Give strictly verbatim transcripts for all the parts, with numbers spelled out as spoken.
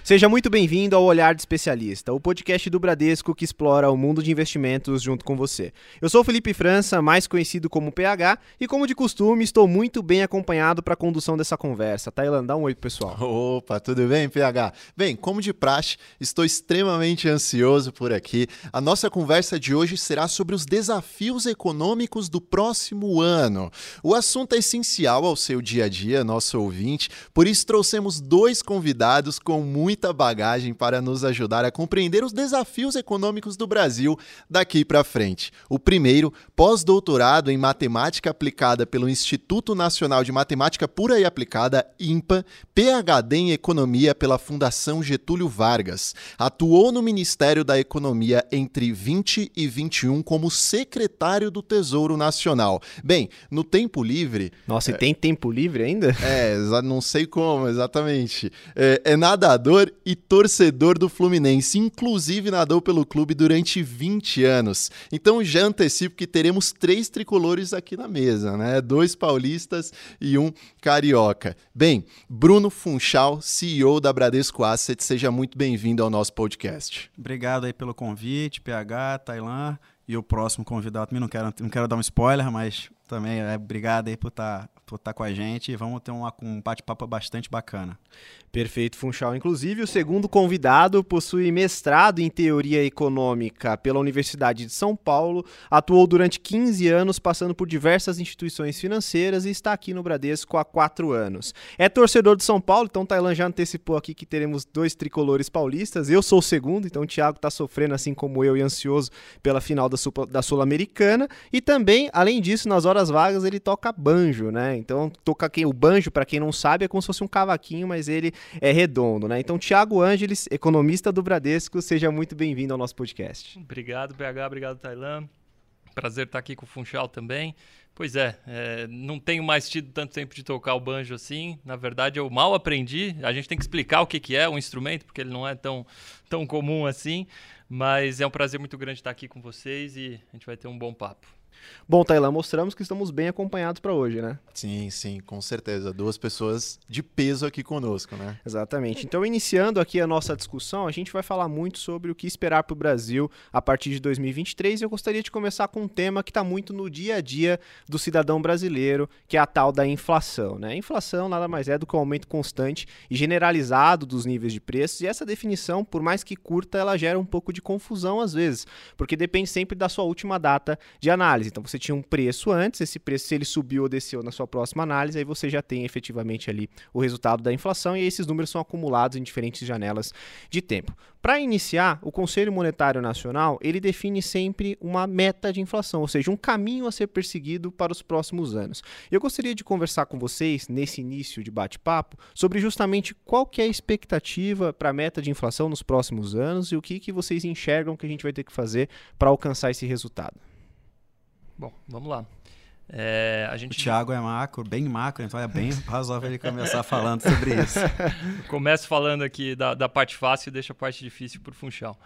Seja muito bem-vindo ao Olhar de Especialista, o podcast do Bradesco que explora o mundo de investimentos junto com você. Eu sou o Felipe França, mais conhecido como P H, e como de costume, estou muito bem acompanhado para a condução dessa conversa. Tailan, dá um oi pro pessoal. Opa, tudo bem, P H? Bem, como de praxe, estou extremamente ansioso por aqui. A nossa conversa de hoje será sobre os desafios econômicos do próximo ano. O assunto é essencial ao seu dia a dia, nosso ouvinte, por isso trouxemos dois convidados com muita bagagem para nos ajudar a compreender os desafios econômicos do Brasil daqui para frente. O primeiro, pós-doutorado em matemática aplicada pelo Instituto Nacional de Matemática Pura e Aplicada, INPA, P H D em economia pela Fundação Getúlio Vargas. Atuou no Ministério da Economia entre vinte e vinte e um como secretário do Tesouro Nacional. Bem, no tempo livre... Nossa, é, e tem tempo livre ainda? É, não sei como exatamente. É, é nadador e torcedor do Fluminense, inclusive nadou pelo clube durante vinte anos. Então já antecipo que teremos três tricolores aqui na mesa, né? Dois paulistas e um carioca. Bem, Bruno Funchal, C E O da Bradesco Asset, seja muito bem-vindo ao nosso podcast. Obrigado aí pelo convite, P H, Tailan, e o próximo convidado também, não quero, não quero dar um spoiler, mas também é, obrigado aí por estar por estar com a gente e vamos ter uma, um bate-papo bastante bacana. Perfeito, Funchal. Inclusive, o segundo convidado possui mestrado em Teoria Econômica pela Universidade de São Paulo, atuou durante quinze anos, passando por diversas instituições financeiras e está aqui no Bradesco há quatro anos. É torcedor de São Paulo, então o Tailan já antecipou aqui que teremos dois tricolores paulistas. Eu sou o segundo, então o Thiago está sofrendo, assim como eu, e ansioso pela final da, Sul- da Sul-Americana. E também, além disso, nas horas vagas, ele toca banjo, né? Então, toca quem, o banjo, para quem não sabe, é como se fosse um cavaquinho, mas ele é redondo, né? Então, Thiago Ângeles, economista do Bradesco, seja muito bem-vindo ao nosso podcast. Obrigado, P H, obrigado, Tailan. Prazer estar aqui com o Funchal também. Pois é, é, não tenho mais tido tanto tempo de tocar o banjo assim. Na verdade, eu mal aprendi. A gente tem que explicar o que, que é o instrumento, porque ele não é tão, tão comum assim. Mas é um prazer muito grande estar aqui com vocês e a gente vai ter um bom papo. Bom, Tailan, mostramos que estamos bem acompanhados para hoje, né? Sim, sim, com certeza. Duas pessoas de peso aqui conosco, né? Exatamente. Então, iniciando aqui a nossa discussão, a gente vai falar muito sobre o que esperar para o Brasil a partir de dois mil e vinte e três. E eu gostaria de começar com um tema que está muito no dia a dia do cidadão brasileiro, que é a tal da inflação, né? A inflação nada mais é do que um aumento constante e generalizado dos níveis de preços. E essa definição, por mais que curta, ela gera um pouco de confusão às vezes, porque depende sempre da sua última data de análise. Então, você tinha um preço antes, esse preço, se ele subiu ou desceu na sua próxima análise, aí você já tem efetivamente ali o resultado da inflação e esses números são acumulados em diferentes janelas de tempo. Para iniciar, o Conselho Monetário Nacional, ele define sempre uma meta de inflação, ou seja, um caminho a ser perseguido para os próximos anos. Eu gostaria de conversar com vocês, nesse início de bate-papo, sobre justamente qual que é a expectativa para a meta de inflação nos próximos anos e o que, que vocês enxergam que a gente vai ter que fazer para alcançar esse resultado. Bom, vamos lá. É, a gente... O Thiago é macro, bem macro, então é bem razoável ele começar falando sobre isso. Começo falando aqui da, da parte fácil e deixo a parte difícil por Funchal.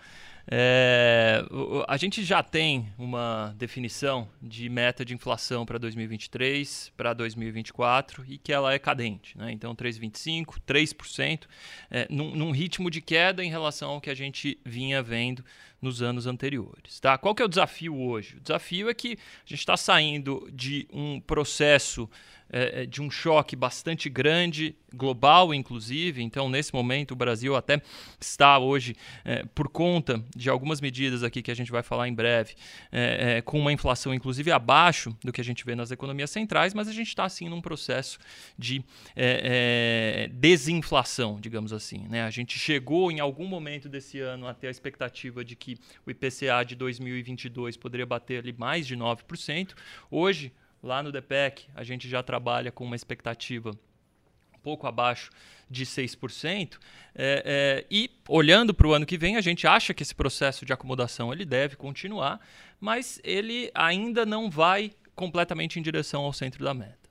É, a gente já tem uma definição de meta de inflação para dois mil e vinte e três, para dois mil e vinte e quatro e que ela é cadente, né? Então três vírgula vinte e cinco, três por cento, é, num, num ritmo de queda em relação ao que a gente vinha vendo nos anos anteriores. Tá? Qual que é o desafio hoje? O desafio é que a gente está saindo de um processo é, de um choque bastante grande, global inclusive. Então, nesse momento, o Brasil até está hoje, é, por conta de algumas medidas aqui que a gente vai falar em breve, é, é, com uma inflação inclusive abaixo do que a gente vê nas economias centrais, mas a gente está assim num processo de é, é, desinflação, digamos assim, né? A gente chegou em algum momento desse ano a ter a expectativa de que o I P C A de dois mil e vinte e dois poderia bater ali mais de nove por cento. Hoje, lá no D P E C, a gente já trabalha com uma expectativa um pouco abaixo de seis por cento, é, é, e olhando para o ano que vem, a gente acha que esse processo de acomodação ele deve continuar, mas ele ainda não vai completamente em direção ao centro da meta.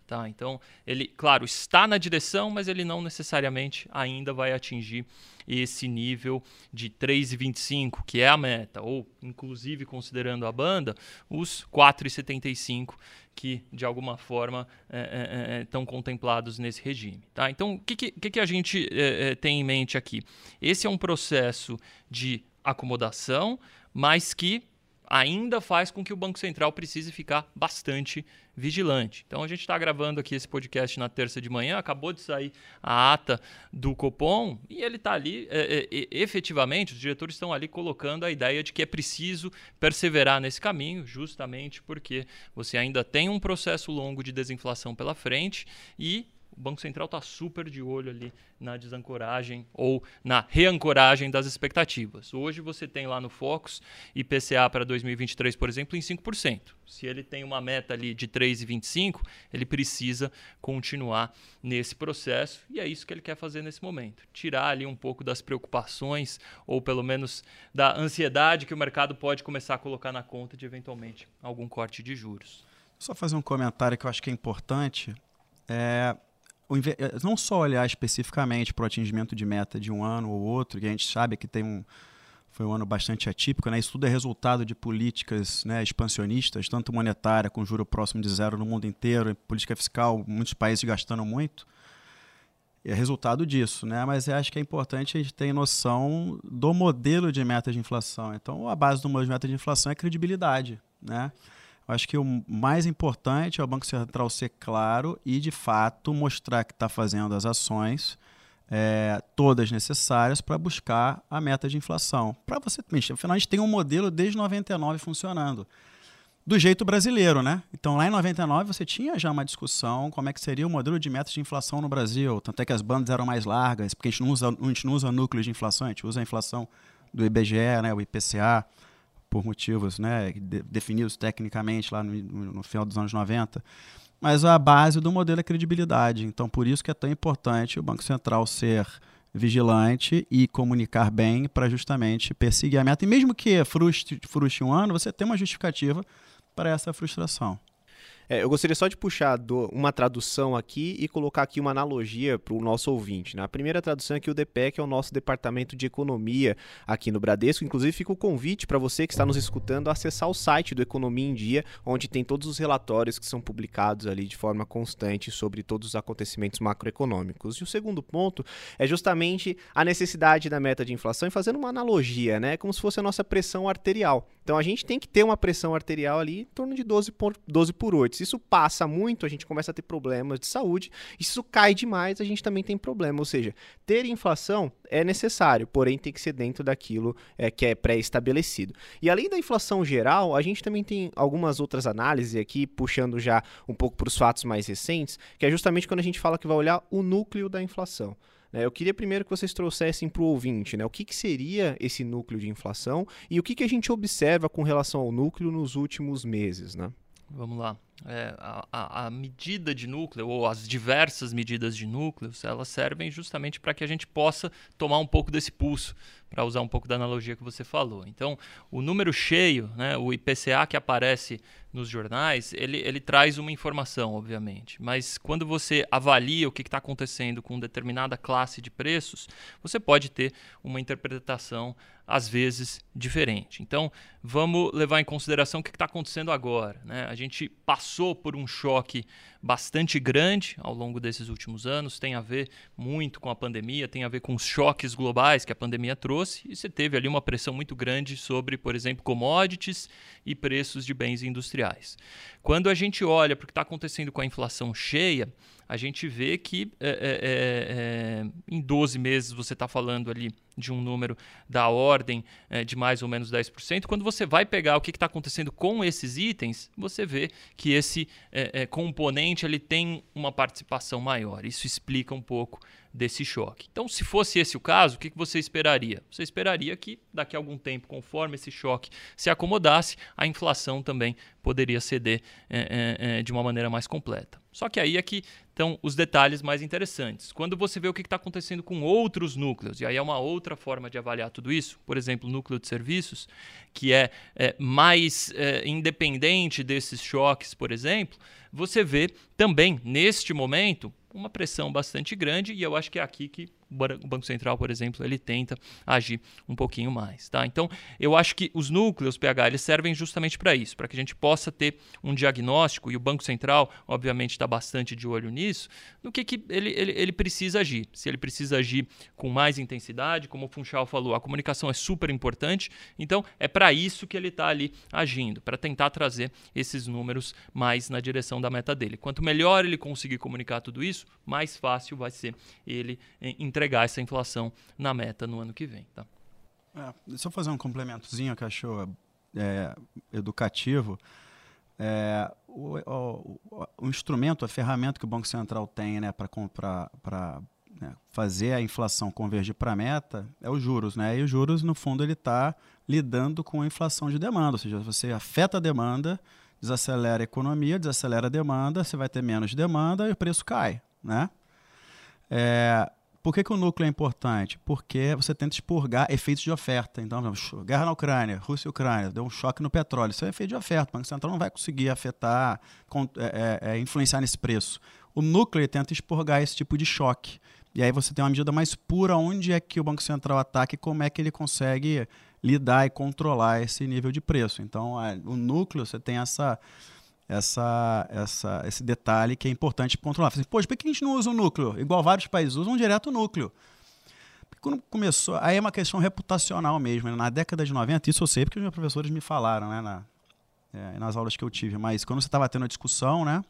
Tá? Então, ele, claro, está na direção, mas ele não necessariamente ainda vai atingir esse nível de três vírgula vinte e cinco, que é a meta, ou, inclusive, considerando a banda, os quatro vírgula setenta e cinco que, de alguma forma, é, é, estão contemplados nesse regime. Tá? Então, o que, que, que a gente é, é, tem em mente aqui? Esse é um processo de acomodação, mas que ainda faz com que o Banco Central precise ficar bastante vigilante. Então, a gente está gravando aqui esse podcast na terça de manhã, acabou de sair a ata do Copom e ele está ali, é, é, efetivamente, os diretores estão ali colocando a ideia de que é preciso perseverar nesse caminho, justamente porque você ainda tem um processo longo de desinflação pela frente e o Banco Central está super de olho ali na desancoragem ou na reancoragem das expectativas. Hoje você tem lá no Focus I P C A para dois mil e vinte e três, por exemplo, em cinco por cento. Se ele tem uma meta ali de três vírgula vinte e cinco, ele precisa continuar nesse processo e é isso que ele quer fazer nesse momento. Tirar ali um pouco das preocupações ou pelo menos da ansiedade que o mercado pode começar a colocar na conta de eventualmente algum corte de juros. Só fazer um comentário que eu acho que é importante. É... Não só olhar especificamente para o atingimento de meta de um ano ou outro, que a gente sabe que tem um, foi um ano bastante atípico, né? Isso tudo é resultado de políticas, né, expansionistas, tanto monetária, com juro próximo de zero no mundo inteiro, política fiscal, muitos países gastando muito. É resultado disso, né? Mas eu acho que é importante a gente ter noção do modelo de meta de inflação. Então, a base do modelo de meta de inflação é credibilidade, né? Eu acho que o mais importante é o Banco Central ser claro e, de fato, mostrar que está fazendo as ações é, todas necessárias para buscar a meta de inflação. Para você, afinal, a gente tem um modelo desde noventa e nove funcionando, do jeito brasileiro, né? Então, lá em noventa e nove, você tinha já uma discussão como é que seria o modelo de metas de inflação no Brasil. Tanto é que as bandas eram mais largas, porque a gente não usa, a gente não usa núcleo de inflação, a gente usa a inflação do I B G E, né, o I P C A, por motivos, né, de, definidos tecnicamente lá no, no, no final dos anos noventa, mas a base do modelo é credibilidade. Então, por isso que é tão importante o Banco Central ser vigilante e comunicar bem para justamente perseguir a meta. E mesmo que frustre, frustre um ano, você tem uma justificativa para essa frustração. É, eu gostaria só de puxar do, uma tradução aqui e colocar aqui uma analogia para o nosso ouvinte. Né? A primeira tradução é que o D P E C é o nosso Departamento de Economia aqui no Bradesco. Inclusive, fica o convite para você que está nos escutando a acessar o site do Economia em Dia, onde tem todos os relatórios que são publicados ali de forma constante sobre todos os acontecimentos macroeconômicos. E o segundo ponto é justamente a necessidade da meta de inflação e fazendo uma analogia, né? Como se fosse a nossa pressão arterial. Então, a gente tem que ter uma pressão arterial ali em torno de doze por oito. Se isso passa muito, a gente começa a ter problemas de saúde. E se isso cai demais, a gente também tem problema. Ou seja, ter inflação é necessário, porém tem que ser dentro daquilo é, que é pré-estabelecido. E além da inflação geral, a gente também tem algumas outras análises aqui, puxando já um pouco para os fatos mais recentes, que é justamente quando a gente fala que vai olhar o núcleo da inflação. Eu queria primeiro que vocês trouxessem para o ouvinte, né, o que, que seria esse núcleo de inflação e o que, que a gente observa com relação ao núcleo nos últimos meses, né? Vamos lá. É, a, a, a medida de núcleo, ou as diversas medidas de núcleos, elas servem justamente para que a gente possa tomar um pouco desse pulso, para usar um pouco da analogia que você falou. Então, o número cheio, né, o I P C A que aparece nos jornais, ele, ele traz uma informação, obviamente. Mas quando você avalia o que está acontecendo com determinada classe de preços, você pode ter uma interpretação, às vezes, diferente. Então, vamos levar em consideração o que está acontecendo agora, né? A gente passou por um choque bastante grande ao longo desses últimos anos, tem a ver muito com a pandemia, tem a ver com os choques globais que a pandemia trouxe, e você teve ali uma pressão muito grande sobre, por exemplo, commodities e preços de bens industriais. Quando a gente olha para o que está acontecendo com a inflação cheia, a gente vê que é, é, é, em doze meses você está falando ali de um número da ordem é, de mais ou menos dez por cento. Quando você vai pegar o que está acontecendo com esses itens, você vê que esse é, é, componente ele tem uma participação maior. Isso explica um pouco desse choque. Então, se fosse esse o caso, o que você esperaria? Você esperaria que daqui a algum tempo, conforme esse choque se acomodasse, a inflação também poderia ceder é, é, de uma maneira mais completa. Só que aí é que Então, os detalhes mais interessantes. Quando você vê o que está acontecendo com outros núcleos, e aí é uma outra forma de avaliar tudo isso, por exemplo, o núcleo de serviços, que é, é mais é, independente desses choques, por exemplo, você vê também, neste momento, uma pressão bastante grande, e eu acho que é aqui que o Banco Central, por exemplo, ele tenta agir um pouquinho mais. Tá? Então, eu acho que os núcleos P H eles servem justamente para isso, para que a gente possa ter um diagnóstico, e o Banco Central, obviamente, está bastante de olho nisso, no que, que ele, ele, ele precisa agir. Se ele precisa agir com mais intensidade, como o Funchal falou, a comunicação é super importante, então é para isso que ele está ali agindo, para tentar trazer esses números mais na direção da meta dele. Quanto melhor ele conseguir comunicar tudo isso, mais fácil vai ser ele entregar entregar essa inflação na meta no ano que vem. Tá? É, deixa eu fazer um complementozinho que eu acho é, educativo. É, o, o, o instrumento, a ferramenta que o Banco Central tem, né, para né, fazer a inflação convergir para a meta é os juros. Né? E os juros, no fundo, ele está lidando com a inflação de demanda, ou seja, você afeta a demanda, desacelera a economia, desacelera a demanda, você vai ter menos demanda e o preço cai. Né? É, Por que, que o núcleo é importante? Porque você tenta expurgar efeitos de oferta. Então, guerra na Ucrânia, Rússia e Ucrânia, deu um choque no petróleo. Isso é efeito de oferta. O Banco Central não vai conseguir afetar, é, é, influenciar nesse preço. O núcleo tenta expurgar esse tipo de choque. E aí você tem uma medida mais pura onde é que o Banco Central ataca e como é que ele consegue lidar e controlar esse nível de preço. Então, o núcleo, você tem essa... Essa, essa, esse detalhe que é importante controlar. Assim, Poxa, por que a gente não usa o núcleo? Igual vários países usam direto o núcleo. Porque quando começou, aí é uma questão reputacional mesmo. Né? Na década de noventa, isso eu sei porque os meus professores me falaram, né? Na, é, nas aulas que eu tive, mas quando você estava tendo a discussão, né,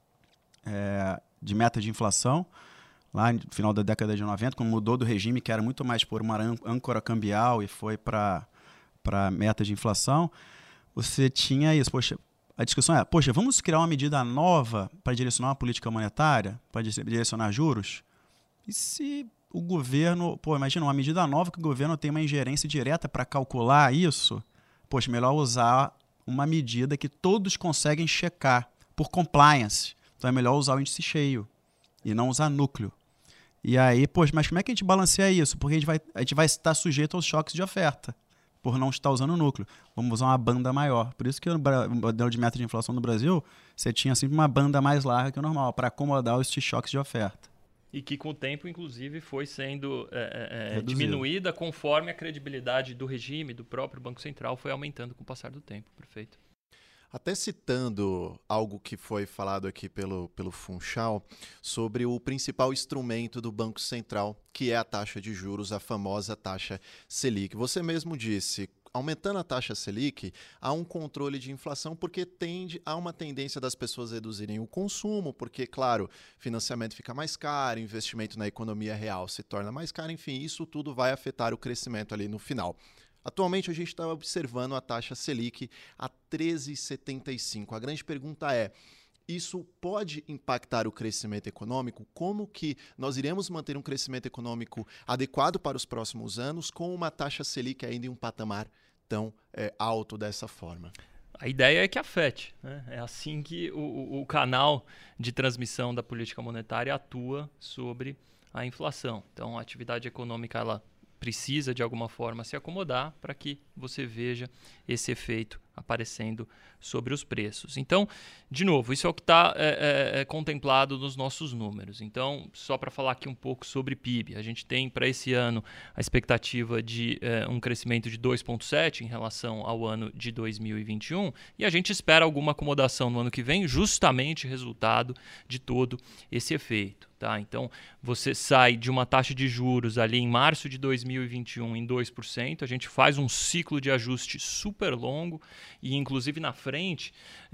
é, de meta de inflação, lá no final da década de noventa, quando mudou do regime, que era muito mais por uma âncora cambial e foi para para meta de inflação, você tinha isso, poxa, a discussão é, poxa, vamos criar uma medida nova para direcionar a política monetária, para direcionar juros? E se o governo... Pô, imagina, uma medida nova que o governo tem uma ingerência direta para calcular isso? Poxa, melhor usar uma medida que todos conseguem checar por compliance. Então é melhor usar o índice cheio e não usar núcleo. E aí, poxa, mas como é que a gente balanceia isso? Porque a gente vai, a gente vai estar sujeito aos choques de oferta, por não estar usando o núcleo. Vamos usar uma banda maior. Por isso que no modelo de meta de inflação no Brasil, você tinha sempre uma banda mais larga que o normal, para acomodar esses choques de oferta. E que com o tempo, inclusive, foi sendo é, é, diminuída conforme a credibilidade do regime, do próprio Banco Central, foi aumentando com o passar do tempo. Perfeito. Até citando algo que foi falado aqui pelo, pelo Funchal sobre o principal instrumento do Banco Central, que é a taxa de juros, a famosa taxa Selic. Você mesmo disse, aumentando a taxa Selic, há um controle de inflação porque tende, há uma tendência das pessoas reduzirem o consumo, porque, claro, financiamento fica mais caro, investimento na economia real se torna mais caro, enfim, isso tudo vai afetar o crescimento ali no final. Atualmente, a gente está observando a taxa Selic a treze vírgula setenta e cinco. A grande pergunta é, isso pode impactar o crescimento econômico? Como que nós iremos manter um crescimento econômico adequado para os próximos anos com uma taxa Selic ainda em um patamar tão é, alto dessa forma? A ideia é que afete. Né? É assim que o, o canal de transmissão da política monetária atua sobre a inflação. Então, a atividade econômica, ela precisa, de alguma forma, se acomodar para que você veja esse efeito aparecendo sobre os preços. Então, de novo, isso é o que está é, é, é, contemplado nos nossos números. Então, só para falar aqui um pouco sobre P I B, a gente tem para esse ano a expectativa de é, um crescimento de dois vírgula sete em relação ao ano de dois mil e vinte e um e a gente espera alguma acomodação no ano que vem, justamente resultado de todo esse efeito. Tá? Então, você sai de uma taxa de juros ali em março de dois mil e vinte e um em dois por cento, a gente faz um ciclo de ajuste super longo e, inclusive, na frente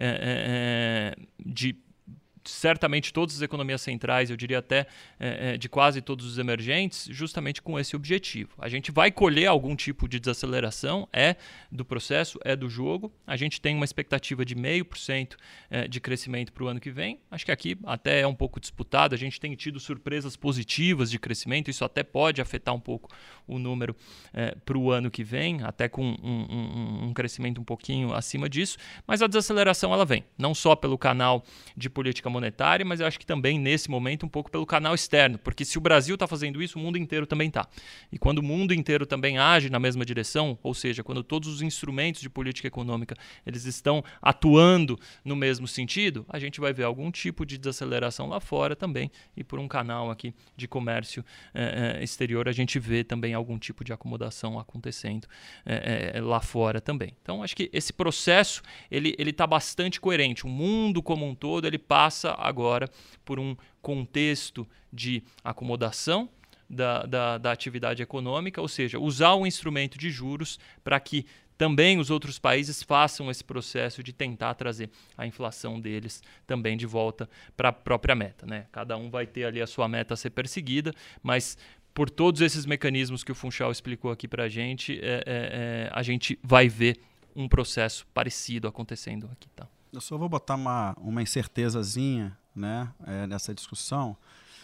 é, é, de certamente todas as economias centrais, eu diria até é, de quase todos os emergentes, justamente com esse objetivo. A gente vai colher algum tipo de desaceleração, é do processo, é do jogo. A gente tem uma expectativa de zero vírgula cinco por cento de crescimento para o ano que vem. Acho que aqui até é um pouco disputado. A gente tem tido surpresas positivas de crescimento, isso até pode afetar um pouco o número é, para o ano que vem, até com um, um, um crescimento um pouquinho acima disso. Mas a desaceleração ela vem, não só pelo canal de política monetária, mas eu acho que também, nesse momento, um pouco pelo canal externo, porque se o Brasil está fazendo isso, o mundo inteiro também está. E quando o mundo inteiro também age na mesma direção, ou seja, quando todos os instrumentos de política econômica eles estão atuando no mesmo sentido, a gente vai ver algum tipo de desaceleração lá fora também, e por um canal aqui de comércio eh, eh, exterior, a gente vê também algum tipo de acomodação acontecendo eh, eh, lá fora também. Então, acho que esse processo ele ele está bastante coerente. O mundo como um todo ele passa agora por um contexto de acomodação da, da, da atividade econômica, ou seja, usar o instrumento de juros para que também os outros países façam esse processo de tentar trazer a inflação deles também de volta para a própria meta, né? Cada um vai ter ali a sua meta a ser perseguida, mas por todos esses mecanismos que o Funchal explicou aqui para a gente, é, é, é, a gente vai ver um processo parecido acontecendo aqui, tá? Eu só vou botar uma, uma incertezazinha, né, é, nessa discussão,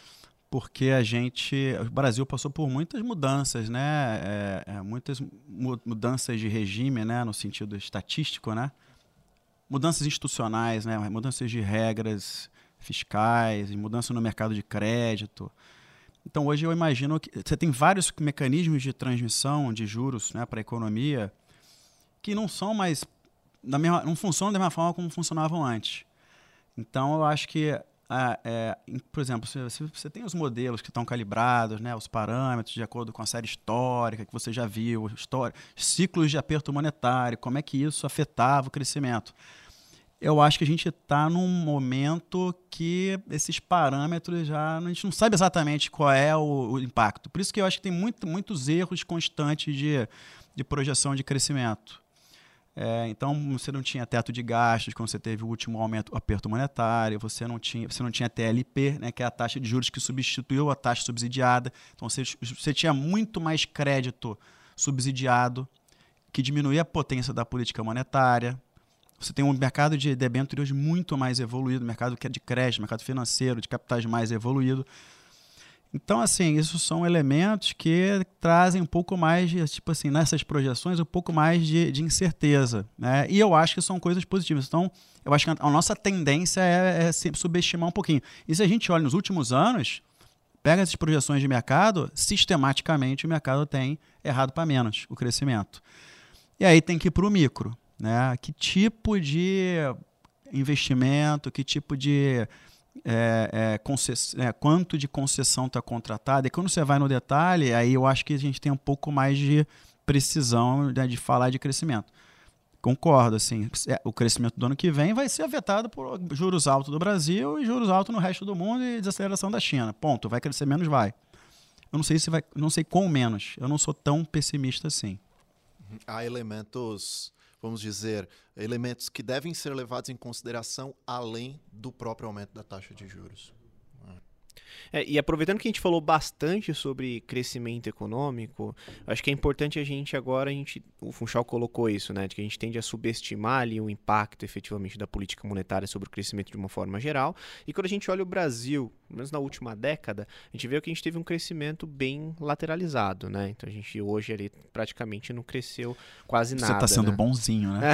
porque a gente, o Brasil passou por muitas mudanças, né, é, é, muitas mudanças de regime, né, no sentido estatístico, né, mudanças institucionais, né, mudanças de regras fiscais, mudança no mercado de crédito. Então, hoje eu imagino que você tem vários mecanismos de transmissão de juros, né, para a economia que não são mais, da mesma, não funcionam da mesma forma como funcionavam antes. Então, eu acho que, ah, é, por exemplo, se, se você tem os modelos que estão calibrados, né, os parâmetros de acordo com a série histórica que você já viu, história, ciclos de aperto monetário, como é que isso afetava o crescimento. Eu acho que a gente está num momento que esses parâmetros já, a gente não sabe exatamente qual é o, o impacto. Por isso que eu acho que tem muito, muitos erros constantes de, de projeção de crescimento. É, então, você não tinha teto de gastos quando você teve o último aumento, o aperto monetário, você não tinha, você não tinha T L P, né, que é a taxa de juros que substituiu a taxa subsidiada. Então, você, você tinha muito mais crédito subsidiado, que diminuía a potência da política monetária. Você tem um mercado de debêntures muito mais evoluído, mercado de crédito, mercado financeiro, de capitais mais evoluído. Então, assim, isso são elementos que trazem um pouco mais de, tipo assim, nessas projeções, um pouco mais de, de incerteza, né? E eu acho que são coisas positivas. Então, eu acho que a nossa tendência é, é sempre subestimar um pouquinho. E se a gente olha nos últimos anos, pega essas projeções de mercado, sistematicamente o mercado tem errado para menos o crescimento. E aí tem que ir para o micro, né? Que tipo de investimento, que tipo de... É, é, concess... é, quanto de concessão está contratada, e quando você vai no detalhe, aí eu acho que a gente tem um pouco mais de precisão, né, de falar de crescimento. Concordo, assim, o crescimento do ano que vem vai ser afetado por juros altos do Brasil e juros altos no resto do mundo e desaceleração da China. Ponto. Vai crescer menos? Vai. Eu não sei se vai, não sei quão menos. Eu não sou tão pessimista assim. Há elementos, vamos dizer, elementos que devem ser levados em consideração além do próprio aumento da taxa de juros. É, e aproveitando que a gente falou bastante sobre crescimento econômico, acho que é importante a gente agora, a gente, o Funchal colocou isso, né, de que a gente tende a subestimar ali o impacto efetivamente da política monetária sobre o crescimento de uma forma geral, e quando a gente olha o Brasil, pelo menos na última década, a gente vê que a gente teve um crescimento bem lateralizado, né, então a gente hoje ali praticamente não cresceu quase nada. Você está sendo né? bonzinho, né?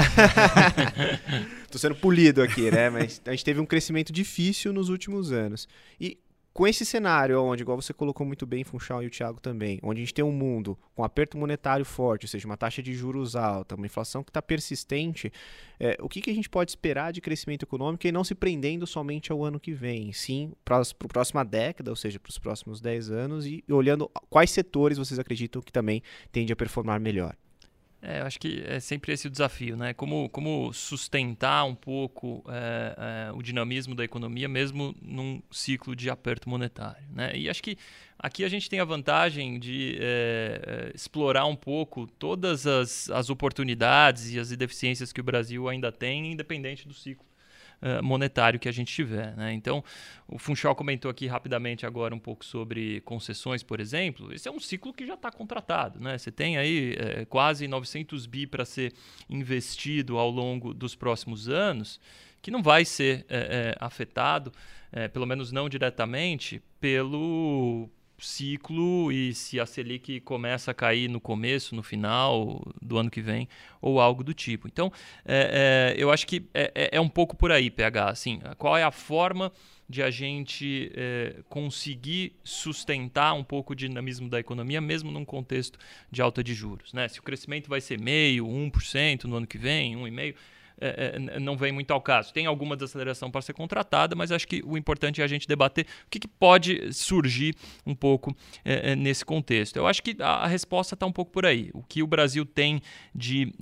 Tô sendo polido aqui, né, mas a gente teve um crescimento difícil nos últimos anos, e com esse cenário, onde, igual você colocou muito bem, Funchal e o Thiago também, onde a gente tem um mundo com aperto monetário forte, ou seja, uma taxa de juros alta, uma inflação que está persistente, é, o que, que a gente pode esperar de crescimento econômico e não se prendendo somente ao ano que vem, sim para a próxima década, ou seja, para os próximos dez anos, e olhando quais setores vocês acreditam que também tende a performar melhor? É, eu acho que é sempre esse o desafio, né? Como, como sustentar um pouco é, é, o dinamismo da economia, mesmo num ciclo de aperto monetário, né? E acho que aqui a gente tem a vantagem de é, explorar um pouco todas as, as oportunidades e as deficiências que o Brasil ainda tem, independente do ciclo monetário que a gente tiver, né? Então, o Funchal comentou aqui rapidamente agora um pouco sobre concessões, por exemplo. Esse é um ciclo que já está contratado, né? Você tem aí é, quase novecentos bi para ser investido ao longo dos próximos anos, que não vai ser é, é, afetado, é, pelo menos não diretamente, pelo... ciclo e se a Selic começa a cair no começo, no final do ano que vem ou algo do tipo. Então, é, é, eu acho que é, é um pouco por aí, P H. Assim, qual é a forma de a gente é, conseguir sustentar um pouco o dinamismo da economia, mesmo num contexto de alta de juros, né? Se o crescimento vai ser meio, um por cento no ano que vem, um vírgula cinco por cento, É, é, não vem muito ao caso. Tem alguma desaceleração para ser contratada, mas acho que o importante é a gente debater o que, que pode surgir um pouco é, é, nesse contexto. Eu acho que a, a resposta está um pouco por aí. O que o Brasil tem de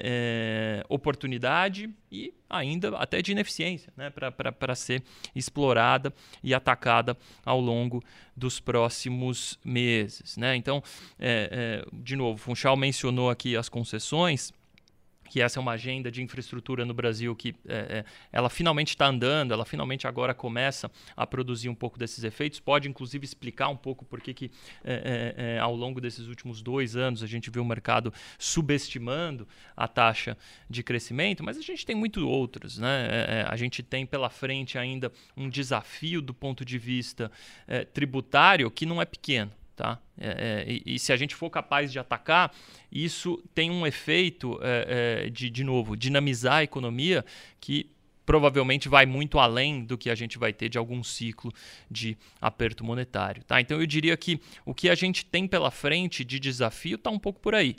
é, é, oportunidade e ainda até de ineficiência, né, para ser explorada e atacada ao longo dos próximos meses, né? Então, é, é, de novo, o Funchal mencionou aqui as concessões, que essa é uma agenda de infraestrutura no Brasil que é, é, ela finalmente está andando, ela finalmente agora começa a produzir um pouco desses efeitos, pode inclusive explicar um pouco por que, que é, é, ao longo desses últimos dois anos a gente viu o mercado subestimando a taxa de crescimento, mas a gente tem muito outros, né? É, é, a gente tem pela frente ainda um desafio do ponto de vista é, tributário que não é pequeno. Tá? É, é, e, e se a gente for capaz de atacar, isso tem um efeito é, é, de, de novo, dinamizar a economia que provavelmente vai muito além do que a gente vai ter de algum ciclo de aperto monetário. Tá? Então eu diria que o que a gente tem pela frente de desafio está um pouco por aí.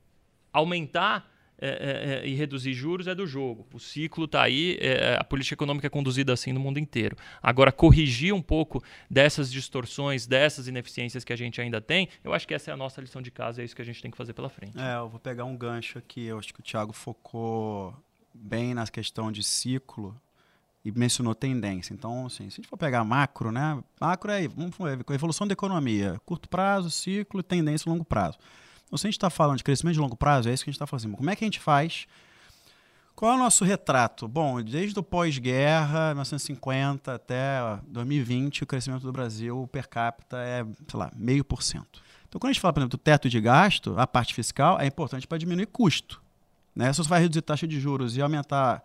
Aumentar É, é, e reduzir juros é do jogo. O ciclo está aí, é, a política econômica é conduzida assim no mundo inteiro. Agora, corrigir um pouco dessas distorções, dessas ineficiências que a gente ainda tem, eu acho que essa é a nossa lição de casa, é isso que a gente tem que fazer pela frente. É, eu vou pegar um gancho aqui, eu acho que o Thiago focou bem na questão de ciclo e mencionou tendência. Então, assim, se a gente for pegar macro, né? Macro é vamos ver, a evolução da economia, curto prazo, ciclo, tendência a longo prazo. Então, se a gente está falando de crescimento de longo prazo, é isso que a gente está fazendo. Como é que a gente faz? Qual é o nosso retrato? Bom, desde o pós-guerra, mil novecentos e cinquenta até dois mil e vinte, o crescimento do Brasil per capita é, sei lá, meio por cento. Então, quando a gente fala, por exemplo, do teto de gasto, a parte fiscal é importante para diminuir custo, né? Se você vai reduzir taxa de juros e aumentar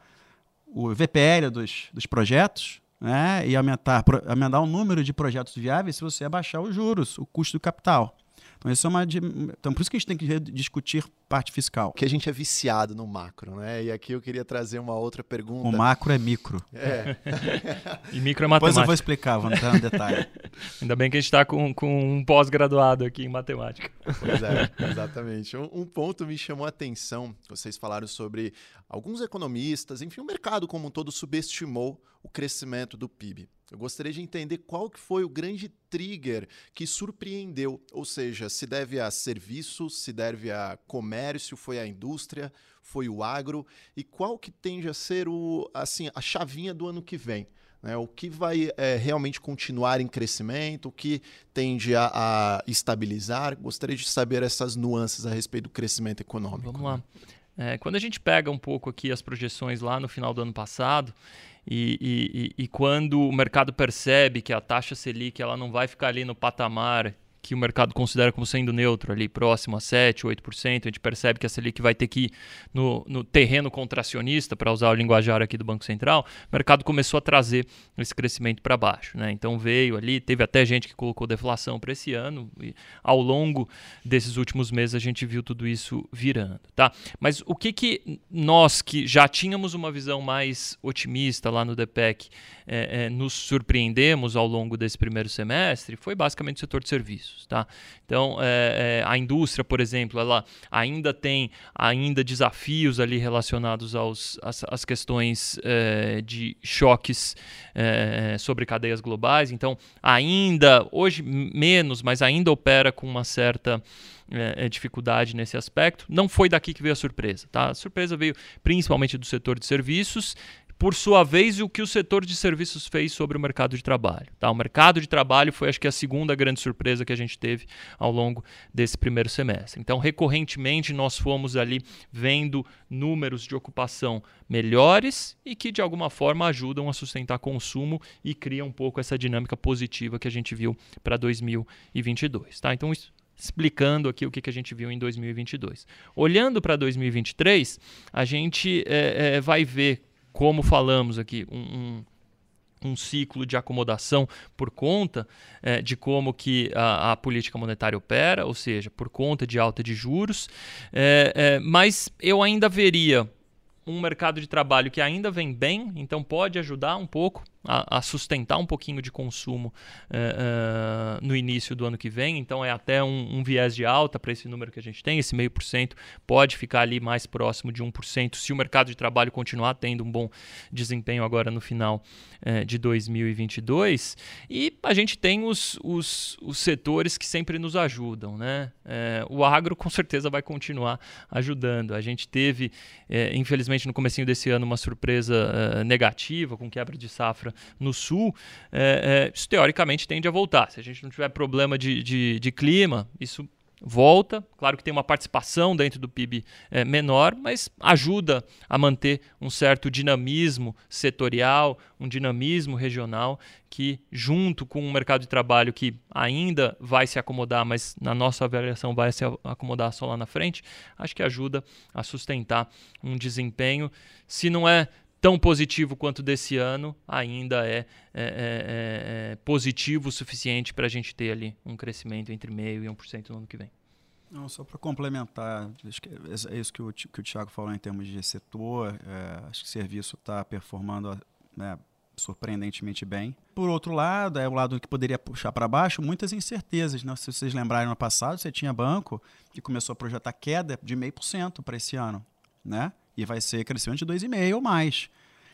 o V P L dos, dos projetos, né? E aumentar, aumentar o número de projetos viáveis, se você abaixar os juros, o custo do capital. Então, isso é uma, então, por isso que a gente tem que discutir parte fiscal. Que a gente é viciado no macro, né? E aqui eu queria trazer uma outra pergunta. O macro é micro. É. E micro é matemática. Depois eu vou explicar, vou entrar no detalhe. Ainda bem que a gente está com, com um pós-graduado aqui em matemática. Pois é, exatamente. Um, um ponto me chamou a atenção. Vocês falaram sobre alguns economistas, enfim, o mercado como um todo subestimou o crescimento do P I B. Eu gostaria de entender qual que foi o grande trigger que surpreendeu, ou seja, se deve a serviços, se deve a comércio, foi a indústria, foi o agro, e qual que tende a ser o, assim, a chavinha do ano que vem, né? O que vai é, realmente continuar em crescimento, o que tende a, a estabilizar. Gostaria de saber essas nuances a respeito do crescimento econômico. Vamos lá. É, quando a gente pega um pouco aqui as projeções lá no final do ano passado, E, e, e quando o mercado percebe que a taxa Selic ela não vai ficar ali no patamar que o mercado considera como sendo neutro, ali próximo a sete, oito por cento, a gente percebe que a Selic vai ter que ir no, no terreno contracionista, para usar o linguajar aqui do Banco Central, o mercado começou a trazer esse crescimento para baixo, né? Então veio ali, teve até gente que colocou deflação para esse ano, e ao longo desses últimos meses a gente viu tudo isso virando, tá? Mas o que que nós, que já tínhamos uma visão mais otimista lá no D P E C, é, é, nos surpreendemos ao longo desse primeiro semestre, foi basicamente o setor de serviços. Tá? Então, é, é, a indústria, por exemplo, ela ainda tem ainda desafios ali relacionados aos, às, às questões é, de choques é, sobre cadeias globais. Então, ainda, hoje menos, mas ainda opera com uma certa é, dificuldade nesse aspecto. Não foi daqui que veio a surpresa. Tá? A surpresa veio principalmente do setor de serviços. Por sua vez, o que o setor de serviços fez sobre o mercado de trabalho. Tá? O mercado de trabalho foi, acho que, a segunda grande surpresa que a gente teve ao longo desse primeiro semestre. Então, recorrentemente, nós fomos ali vendo números de ocupação melhores e que, de alguma forma, ajudam a sustentar consumo e criam um pouco essa dinâmica positiva que a gente viu para dois mil e vinte e dois. Tá? Então, isso explicando aqui o que, que a gente viu em dois mil e vinte e dois. Olhando para dois mil e vinte e três, a gente é, é, vai ver, como falamos aqui, um, um, um ciclo de acomodação por conta é, de como que a, a política monetária opera, ou seja, por conta de alta de juros, é, é, mas eu ainda veria um mercado de trabalho que ainda vem bem, então pode ajudar um pouco a, a sustentar um pouquinho de consumo uh, uh, no início do ano que vem. Então é até um, um viés de alta para esse número que a gente tem, esse meio por cento pode ficar ali mais próximo de um por cento se o mercado de trabalho continuar tendo um bom desempenho agora no final uh, de dois mil e vinte e dois. E a gente tem os, os, os setores que sempre nos ajudam, né? Uh, o agro com certeza vai continuar ajudando. A gente teve, uh, infelizmente no comecinho desse ano, uma surpresa uh, negativa com quebra de safra no sul, é, é, isso teoricamente tende a voltar. Se a gente não tiver problema de, de, de clima, isso volta. Claro que tem uma participação dentro do P I B é, menor, mas ajuda a manter um certo dinamismo setorial, um dinamismo regional que, junto com um mercado de trabalho que ainda vai se acomodar, mas na nossa avaliação vai se acomodar só lá na frente, acho que ajuda a sustentar um desempenho, se não é tão positivo quanto desse ano, ainda é, é, é, é positivo o suficiente para a gente ter ali um crescimento entre zero vírgula cinco por cento e um por cento no ano que vem. Não, só para complementar, é isso que o, que o Thiago falou em termos de setor, é, acho que o serviço está performando, né, surpreendentemente bem. Por outro lado, é o lado que poderia puxar para baixo, muitas incertezas, né? Se vocês lembrarem, no passado você tinha banco que começou a projetar queda de zero vírgula cinco por cento para esse ano, né? E vai ser crescimento de dois vírgula cinco por cento ou mais.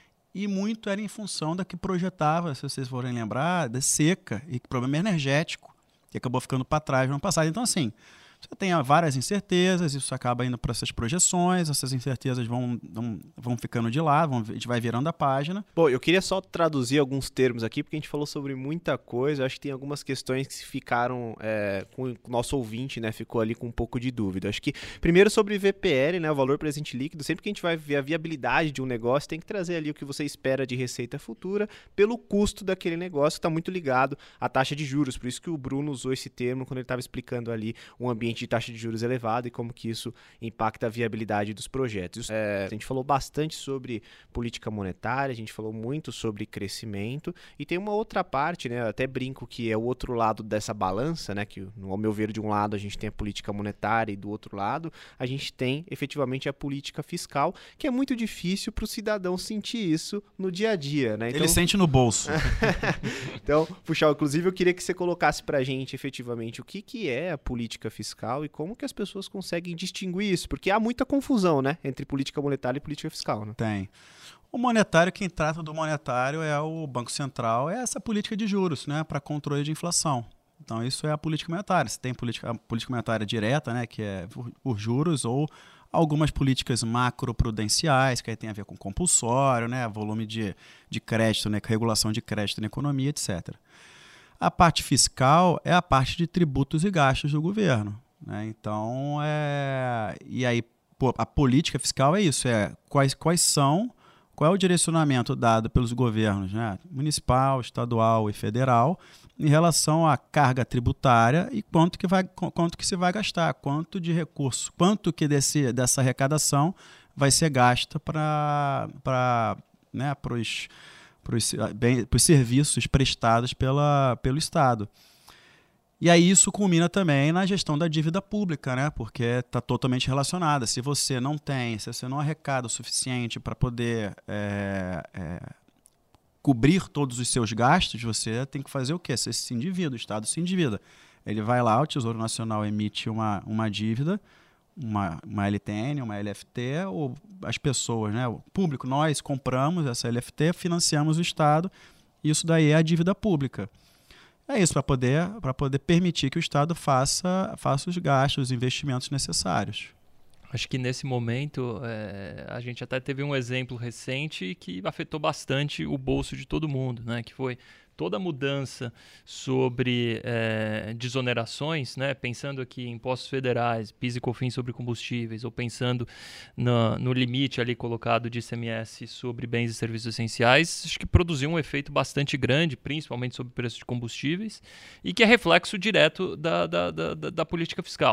E muito era em função da que projetava, se vocês forem lembrar, da seca e problema energético, que acabou ficando para trás no ano passado. Então, assim, você tem várias incertezas, isso acaba indo para essas projeções, essas incertezas vão, vão, vão ficando de lado, vão, a gente vai virando a página. Bom, eu queria só traduzir alguns termos aqui, porque a gente falou sobre muita coisa, acho que tem algumas questões que ficaram é, com o nosso ouvinte, né, ficou ali com um pouco de dúvida. Acho que, primeiro sobre V P L, né, o valor presente líquido, sempre que a gente vai ver a viabilidade de um negócio, tem que trazer ali o que você espera de receita futura pelo custo daquele negócio, que está muito ligado à taxa de juros, por isso que o Bruno usou esse termo quando ele estava explicando ali um ambiente de taxa de juros elevada e como que isso impacta a viabilidade dos projetos. É, a gente falou bastante sobre política monetária, a gente falou muito sobre crescimento e tem uma outra parte, né? Eu até brinco que é o outro lado dessa balança, né? Que, ao meu ver, de um lado a gente tem a política monetária e do outro lado a gente tem efetivamente a política fiscal, que é muito difícil para o cidadão sentir isso no dia a dia, né? Então... Ele sente no bolso. Então, Fuchal, inclusive eu queria que você colocasse para a gente efetivamente o que, que é a política fiscal e como que as pessoas conseguem distinguir isso, porque há muita confusão, né, entre política monetária e política fiscal, né? Tem. O monetário, quem trata do monetário é o Banco Central, é essa política de juros, né, para controle de inflação. Então isso é a política monetária. Você tem política, a política monetária direta, né, que é os juros, ou algumas políticas macroprudenciais, que aí tem a ver com compulsório, né, volume de, de crédito, né, regulação de crédito na economia, etcétera. A parte fiscal é a parte de tributos e gastos do governo. Né? Então, é... e aí pô, a política fiscal é isso, é quais, quais são, qual é o direcionamento dado pelos governos, né? Municipal, estadual e federal, em relação à carga tributária e quanto que, vai, quanto que se vai gastar, quanto de recurso, quanto que desse, dessa arrecadação vai ser gasta para né, os serviços prestados pela, pelo Estado. E aí isso culmina também na gestão da dívida pública, né? Porque está totalmente relacionada. Se você não tem, se você não arrecada o suficiente para poder é, é, cobrir todos os seus gastos, você tem que fazer o quê? Você se endivida, o Estado se endivida. Ele vai lá, o Tesouro Nacional emite uma, uma dívida, uma, uma L T N, uma L F T, ou as pessoas, né? O público, nós compramos essa L F T, financiamos o Estado, isso daí é a dívida pública. É isso, para poder, para poder permitir que o Estado faça, faça os gastos, os investimentos necessários. Acho que nesse momento é, a gente até teve um exemplo recente que afetou bastante o bolso de todo mundo, né? Que foi toda a mudança sobre é, desonerações, né? Pensando aqui em impostos federais, PIS e COFINS sobre combustíveis, ou pensando no, no limite ali colocado de I C M S sobre bens e serviços essenciais, acho que produziu um efeito bastante grande, principalmente sobre o preço de combustíveis, e que é reflexo direto da, da, da, da política fiscal.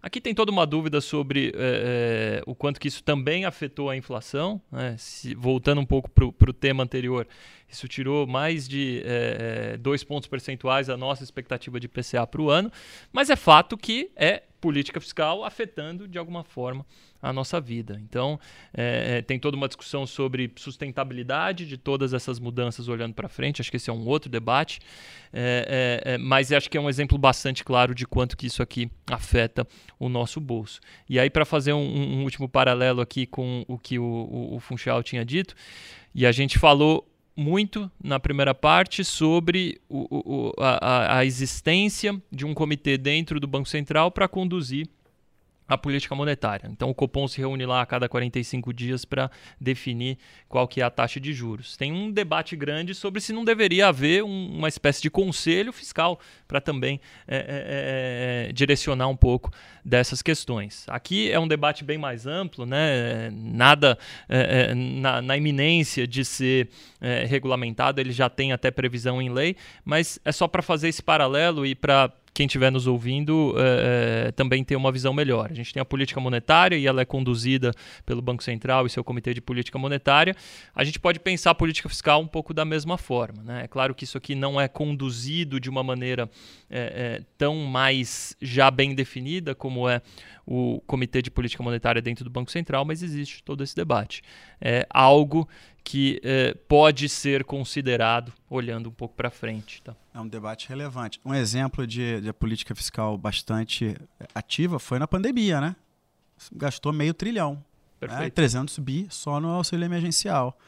Aqui tem toda uma dúvida sobre é, é, o quanto que isso também afetou a inflação, né? Se, voltando um pouco para o tema anterior, isso tirou mais de é, dois pontos percentuais da nossa expectativa de I P C A para o ano, mas é fato que é política fiscal afetando de alguma forma a nossa vida. Então, é, tem toda uma discussão sobre sustentabilidade de todas essas mudanças olhando para frente. Acho que esse é um outro debate, é, é, é, mas acho que é um exemplo bastante claro de quanto que isso aqui afeta o nosso bolso. E aí, para fazer um, um último paralelo aqui com o que o, o, o Funchal tinha dito, e a gente falou muito na primeira parte sobre o, o, a, a existência de um comitê dentro do Banco Central para conduzir a política monetária. Então o Copom se reúne lá a cada quarenta e cinco dias para definir qual que é a taxa de juros. Tem um debate grande sobre se não deveria haver um, uma espécie de conselho fiscal para também é, é, é, direcionar um pouco dessas questões. Aqui é um debate bem mais amplo, né? Nada é, é, na, na iminência de ser é, regulamentado, ele já tem até previsão em lei, mas é só para fazer esse paralelo e para quem estiver nos ouvindo é, também ter uma visão melhor. A gente tem a política monetária e ela é conduzida pelo Banco Central e seu Comitê de Política Monetária. A gente pode pensar a política fiscal um pouco da mesma forma, né? É claro que isso aqui não é conduzido de uma maneira é, é, tão mais já bem definida como é o Comitê de Política Monetária dentro do Banco Central, mas existe todo esse debate. É algo que eh, pode ser considerado olhando um pouco para frente. Tá? É um debate relevante. Um exemplo de, de política fiscal bastante ativa foi na pandemia, né? Gastou meio trilhão. Perfeito. Né? trezentos bi só no auxílio emergencial.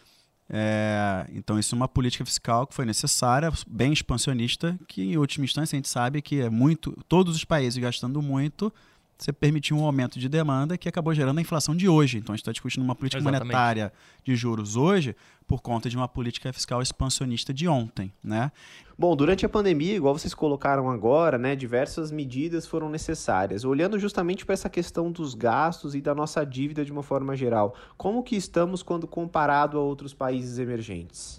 É, então isso é uma política fiscal que foi necessária, bem expansionista, que em última instância a gente sabe que é muito, todos os países gastando muito, você permitiu um aumento de demanda que acabou gerando a inflação de hoje. Então a gente está discutindo uma política Exatamente. monetária de juros hoje por conta de uma política fiscal expansionista de ontem, né? Bom, durante a pandemia, igual vocês colocaram agora, né, diversas medidas foram necessárias. Olhando justamente para essa questão dos gastos e da nossa dívida de uma forma geral, como que estamos quando comparado a outros países emergentes?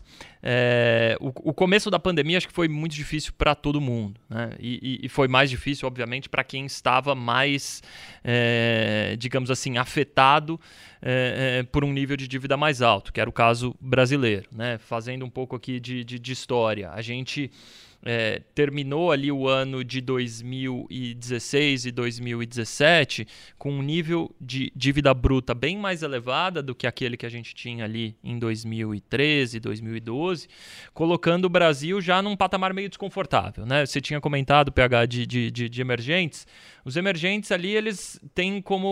É, o, o começo da pandemia acho que foi muito difícil para todo mundo, né? E, e, e foi mais difícil, obviamente, para quem estava mais, é, digamos assim, afetado é, é, por um nível de dívida mais alto, que era o caso brasileiro, né? Fazendo um pouco aqui de, de, de história. A gente É, terminou ali o ano de dois mil e dezesseis e dois mil e dezessete com um nível de dívida bruta bem mais elevada do que aquele que a gente tinha ali em dois mil e treze, dois mil e doze, colocando o Brasil já num patamar meio desconfortável, né? Você tinha comentado, P H, de, de, de, de emergentes. Os emergentes ali, eles têm como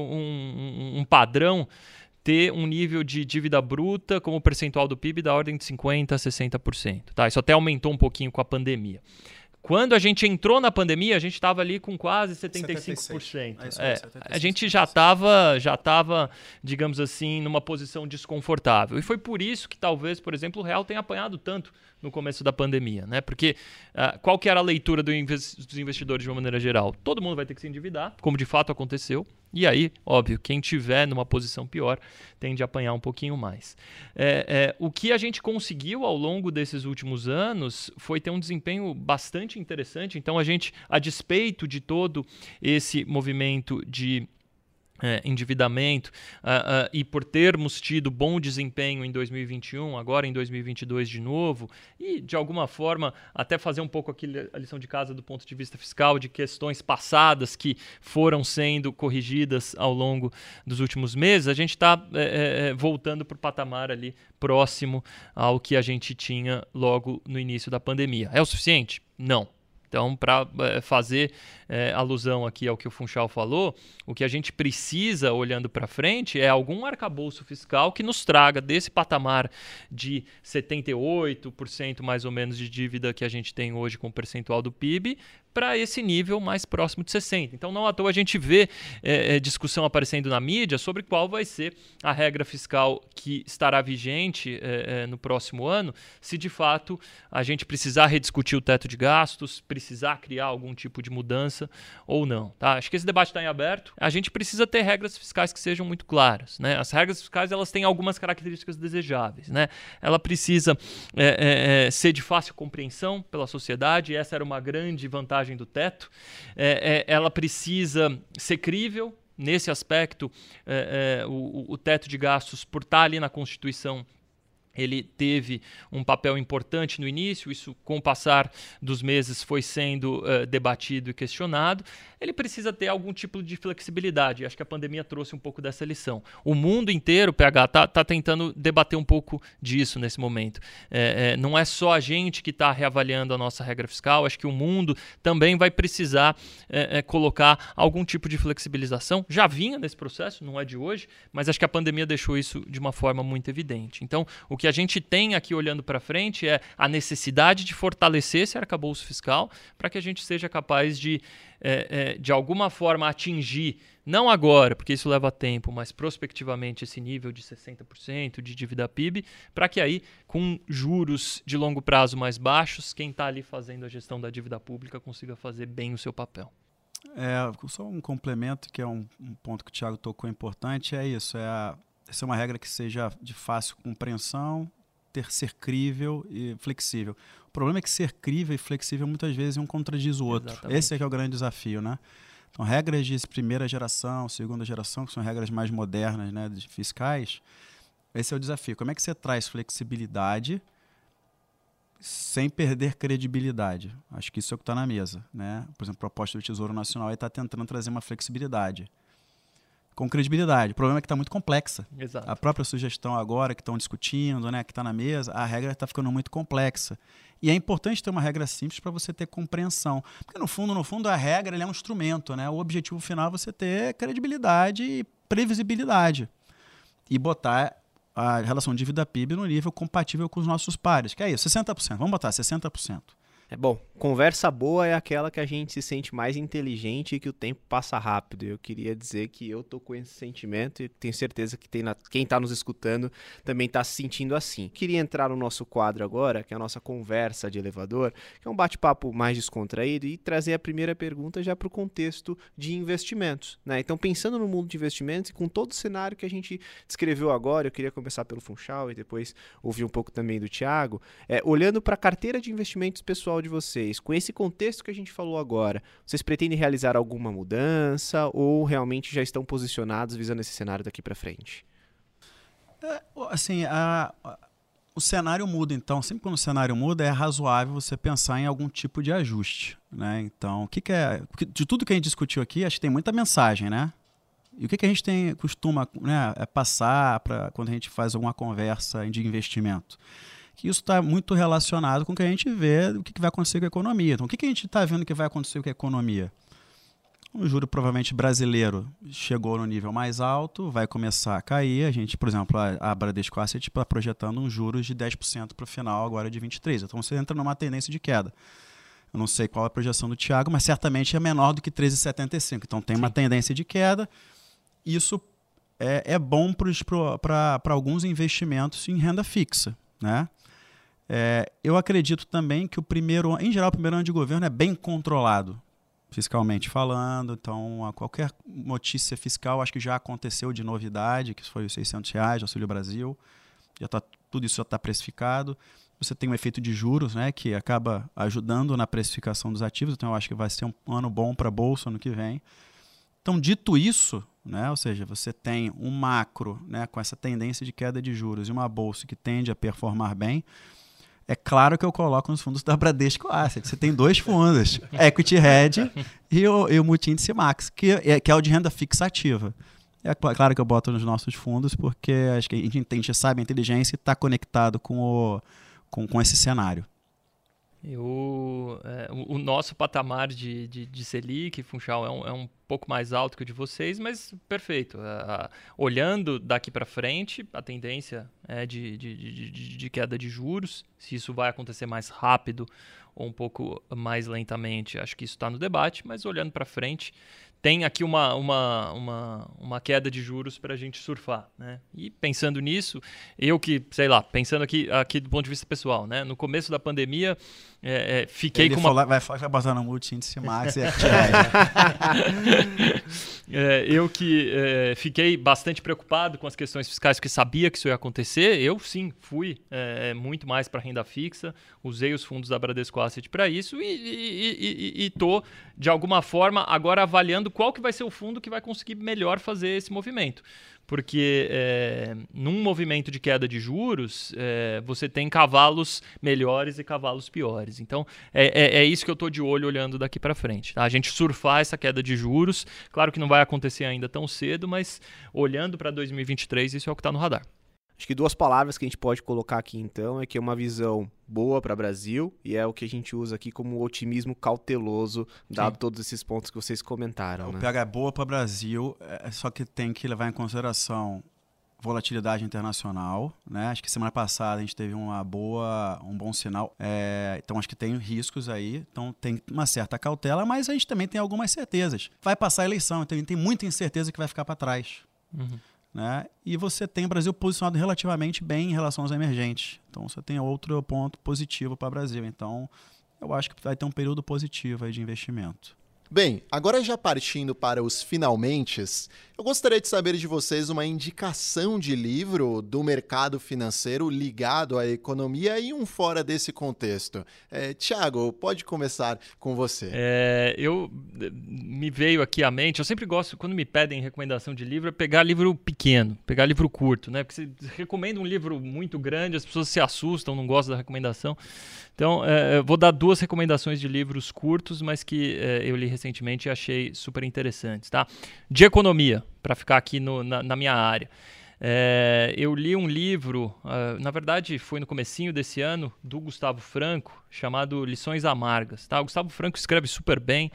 um, um, um padrão ter um nível de dívida bruta como percentual do P I B da ordem de cinquenta por cento a sessenta por cento. Tá? Isso até aumentou um pouquinho com a pandemia. Quando a gente entrou na pandemia, a gente estava ali com quase setenta e cinco por cento. setenta e seis. É, setenta e seis por cento. a gente já estava, já tava, digamos assim, numa posição desconfortável. E foi por isso que talvez, por exemplo, o real tenha apanhado tanto no começo da pandemia, né? Porque uh, qual que era a leitura do invest- dos investidores de uma maneira geral? Todo mundo vai ter que se endividar, como de fato aconteceu. E aí, óbvio, quem tiver numa posição pior tende a apanhar um pouquinho mais. É, é, o que a gente conseguiu ao longo desses últimos anos foi ter um desempenho bastante interessante. Então, a gente, a despeito de todo esse movimento de É, endividamento uh, uh, e por termos tido bom desempenho em dois mil e vinte e um, agora em dois mil e vinte e dois de novo, e de alguma forma até fazer um pouco aqui a lição de casa do ponto de vista fiscal de questões passadas que foram sendo corrigidas ao longo dos últimos meses, a gente está é, é, voltando para o patamar ali próximo ao que a gente tinha logo no início da pandemia. É o suficiente? Não. Então, para é, fazer é, alusão aqui ao que o Funchal falou, o que a gente precisa, olhando para frente, é algum arcabouço fiscal que nos traga desse patamar de setenta e oito por cento mais ou menos de dívida que a gente tem hoje com o percentual do P I B, para esse nível mais próximo de sessenta por cento. Então, não à toa a gente vê é, discussão aparecendo na mídia sobre qual vai ser a regra fiscal que estará vigente é, é, no próximo ano, se de fato a gente precisar rediscutir o teto de gastos, precisar criar algum tipo de mudança ou não. Tá? Acho que esse debate está em aberto. A gente precisa ter regras fiscais que sejam muito claras. Né? As regras fiscais elas têm algumas características desejáveis. Né? Ela precisa é, é, ser de fácil compreensão pela sociedade, e essa era uma grande vantagem defasagem do teto, é, é, ela precisa ser crível. Nesse aspecto, é, é, o, o teto de gastos, por estar ali na Constituição, ele teve um papel importante no início, isso com o passar dos meses foi sendo uh, debatido e questionado. Ele precisa ter algum tipo de flexibilidade. Acho que a pandemia trouxe um pouco dessa lição. O mundo inteiro, P H, está tá tentando debater um pouco disso nesse momento. É, é, não é só a gente que está reavaliando a nossa regra fiscal, acho que o mundo também vai precisar é, é, colocar algum tipo de flexibilização. Já vinha nesse processo, não é de hoje, mas acho que a pandemia deixou isso de uma forma muito evidente. Então, o que a gente tem aqui olhando para frente é a necessidade de fortalecer esse arcabouço fiscal para que a gente seja capaz de, é, é, de alguma forma, atingir, não agora, porque isso leva tempo, mas prospectivamente esse nível de sessenta por cento de dívida P I B, para que aí, com juros de longo prazo mais baixos, quem está ali fazendo a gestão da dívida pública consiga fazer bem o seu papel. É, só um complemento, que é um, um ponto que o Thiago tocou importante, é isso, é a essa é uma regra que seja de fácil compreensão, ter, ser crível e flexível. O problema é que ser crível e flexível muitas vezes um contradiz o outro. Exatamente. Esse é que é o grande desafio, né? Então, regras de primeira geração, segunda geração, que são regras mais modernas, né, fiscais, esse é o desafio. Como é que você traz flexibilidade sem perder credibilidade? Acho que isso é o que está na mesa, né? Por exemplo, a proposta do Tesouro Nacional está tentando trazer uma flexibilidade com credibilidade. O problema é que está muito complexa. Exato. A própria sugestão agora que estão discutindo, né, que está na mesa, a regra está ficando muito complexa. E é importante ter uma regra simples para você ter compreensão. Porque, no fundo, no fundo, a regra ele é um instrumento, né? O objetivo final é você ter credibilidade e previsibilidade. E botar a relação dívida P I B no nível compatível com os nossos pares. Que é isso, sessenta por cento. Vamos botar sessenta por cento. É bom, conversa boa é aquela que a gente se sente mais inteligente e que o tempo passa rápido. Eu queria dizer que eu tô com esse sentimento e tenho certeza que tem na... quem está nos escutando também está se sentindo assim. Queria entrar no nosso quadro agora, que é a nossa conversa de elevador, que é um bate-papo mais descontraído, e trazer a primeira pergunta já para o contexto de investimentos, né? Então, pensando no mundo de investimentos e com todo o cenário que a gente descreveu agora, eu queria começar pelo Funchal e depois ouvir um pouco também do Thiago, é, olhando para a carteira de investimentos pessoal de vocês, com esse contexto que a gente falou agora, vocês pretendem realizar alguma mudança ou realmente já estão posicionados visando esse cenário daqui para frente? É, assim, a, a, o cenário muda, então, sempre quando o cenário muda é razoável você pensar em algum tipo de ajuste, né? Então, o que, que é, de tudo que a gente discutiu aqui, acho que tem muita mensagem, né? E o que, que a gente tem, costuma, né, é passar para quando a gente faz alguma conversa de investimento? Que isso está muito relacionado com o que a gente vê do que, que vai acontecer com a economia. Então, o que, que a gente está vendo que vai acontecer com a economia? O juro provavelmente brasileiro chegou no nível mais alto, vai começar a cair. A gente, por exemplo, a, a Bradesco Asset está projetando um juros de dez por cento para o final agora de vinte e três. Então, você entra numa tendência de queda. Eu não sei qual é a projeção do Thiago, mas certamente é menor do que treze vírgula setenta e cinco. Então, tem Sim. uma tendência de queda. Isso é, é bom para alguns investimentos em renda fixa, né? É, eu acredito também que o primeiro, em geral, o primeiro ano de governo é bem controlado, fiscalmente falando. Então, a qualquer notícia fiscal, acho que já aconteceu de novidade, que foi os seiscentos reais, Auxílio Brasil, já tá, tudo isso já está precificado. Você tem um efeito de juros, né, que acaba ajudando na precificação dos ativos, então eu acho que vai ser um ano bom para a Bolsa ano que vem. Então, dito isso, né, ou seja, você tem um macro, né, com essa tendência de queda de juros e uma Bolsa que tende a performar bem. É claro que eu coloco nos fundos da Bradesco Asset. Você tem dois fundos, Equity Hedge e o, e o Multi-Índice Max, que é, que é o de renda fixa ativa. É claro que eu boto nos nossos fundos porque acho que a gente, a gente sabe a inteligência e está conectado com, o, com, com esse cenário. Eu, é, o, o nosso patamar de, de, de Selic, Funchal, é um, é um pouco mais alto que o de vocês, mas perfeito. Uh, olhando daqui para frente, a tendência é de, de, de, de queda de juros. Se isso vai acontecer mais rápido ou um pouco mais lentamente, acho que isso está no debate, mas olhando para frente, tem aqui uma, uma, uma, uma queda de juros para a gente surfar, né? E pensando nisso, eu que, sei lá, pensando aqui, aqui do ponto de vista pessoal, né? No começo da pandemia, é, é, fiquei Ele com uma... Lá, vai falar que vai botar no multi-índice Max e é, eu que é, fiquei bastante preocupado com as questões fiscais, porque sabia que isso ia acontecer. Eu, sim, fui é, muito mais para renda fixa, usei os fundos da Bradesco Asset para isso e estou, de alguma forma, agora avaliando qual que vai ser o fundo que vai conseguir melhor fazer esse movimento. Porque é, num movimento de queda de juros, é, você tem cavalos melhores e cavalos piores. Então, é, é, é isso que eu estou de olho olhando daqui para frente. Tá? A gente surfar essa queda de juros, claro que não vai acontecer ainda tão cedo, mas olhando para dois mil e vinte e três, isso é o que está no radar. Acho que duas palavras que a gente pode colocar aqui então é que é uma visão boa para o Brasil e é o que a gente usa aqui como otimismo cauteloso, dado Sim. todos esses pontos que vocês comentaram. O né? P H é boa para o Brasil, é, só que tem que levar em consideração volatilidade internacional, né? Acho que semana passada a gente teve uma boa, um bom sinal, é, então acho que tem riscos aí, então tem uma certa cautela, mas a gente também tem algumas certezas. Vai passar a eleição, então tem muita incerteza que vai ficar para trás. Uhum. Né? E você tem o Brasil posicionado relativamente bem em relação aos emergentes. Então você tem outro ponto positivo para o Brasil. Então eu acho que vai ter um período positivo aí de investimento. Bem, agora já partindo para os finalmentes, eu gostaria de saber de vocês uma indicação de livro do mercado financeiro ligado à economia e um fora desse contexto. É, Thiago, pode começar com você. É, eu me veio aqui à mente, eu sempre gosto, quando me pedem recomendação de livro, é pegar livro pequeno, pegar livro curto, né? Porque você recomenda um livro muito grande, as pessoas se assustam, não gostam da recomendação. Então, é, eu vou dar duas recomendações de livros curtos, mas que é, eu li recentemente e achei super interessantes. Tá? De economia, para ficar aqui no, na, na minha área. É, eu li um livro, uh, na verdade foi no comecinho desse ano, do Gustavo Franco, chamado Lições Amargas. Tá? O Gustavo Franco escreve super bem,